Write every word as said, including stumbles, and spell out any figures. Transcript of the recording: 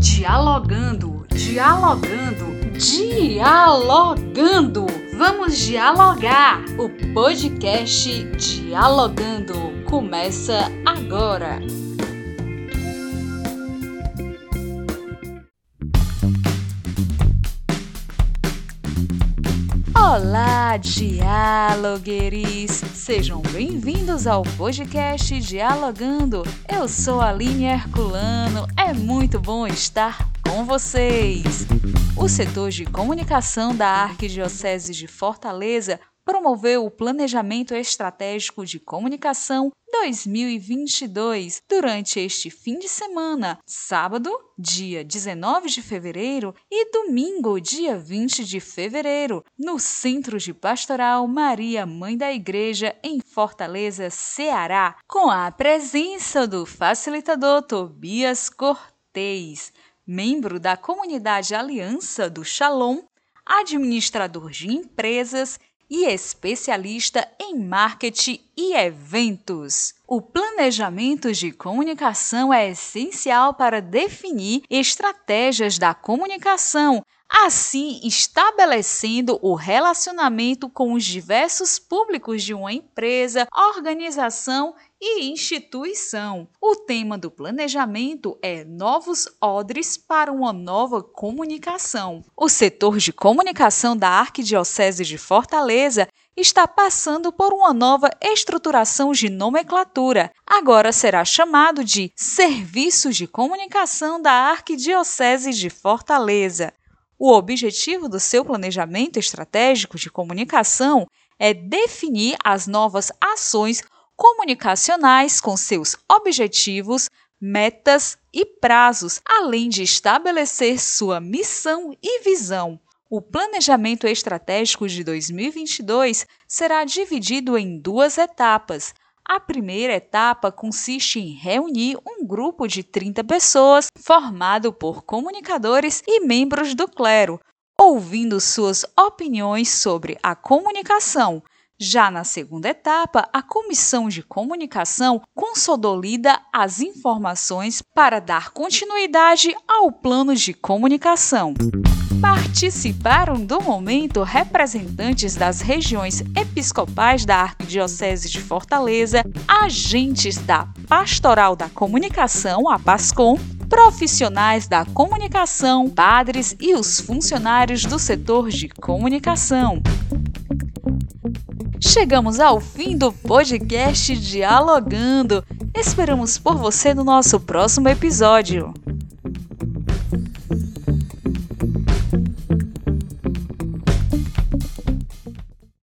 Dialogando, dialogando, dialogando. Vamos dialogar. O podcast Dialogando começa agora. Olá, dialogueiros! Sejam bem-vindos ao podcast Dialogando. Eu sou a Aline Herculano. É muito bom estar com vocês. O setor de comunicação da Arquidiocese de Fortaleza promoveu o Planejamento Estratégico de Comunicação dois mil e vinte e dois durante este fim de semana, sábado, dia dezenove de fevereiro e domingo, dia vinte de fevereiro, no Centro de Pastoral Maria Mãe da Igreja, em Fortaleza, Ceará, com a presença do facilitador Tobias Cortez, membro da comunidade Aliança do Shalom, administrador de empresas e especialista em marketing e eventos. O planejamento de comunicação é essencial para definir estratégias da comunicação, assim estabelecendo o relacionamento com os diversos públicos de uma empresa, organização e instituição. O tema do planejamento é Novos Odres para uma Nova Comunicação. O setor de comunicação da Arquidiocese de Fortaleza está passando por uma nova estruturação de nomenclatura. Agora será chamado de Serviço de Comunicação da Arquidiocese de Fortaleza. O objetivo do seu planejamento estratégico de comunicação é definir as novas ações comunicacionais com seus objetivos, metas e prazos, além de estabelecer sua missão e visão. O planejamento estratégico de dois mil e vinte e dois será dividido em duas etapas. A primeira etapa consiste em reunir um grupo de trinta pessoas formado por comunicadores e membros do clero, ouvindo suas opiniões sobre a comunicação. Já na segunda etapa, a Comissão de Comunicação consolida as informações para dar continuidade ao plano de comunicação. Participaram do momento representantes das regiões episcopais da Arquidiocese de Fortaleza, agentes da Pastoral da Comunicação, a PASCOM, profissionais da comunicação, padres e os funcionários do setor de comunicação. Chegamos ao fim do podcast Dialogando. Esperamos por você no nosso próximo episódio.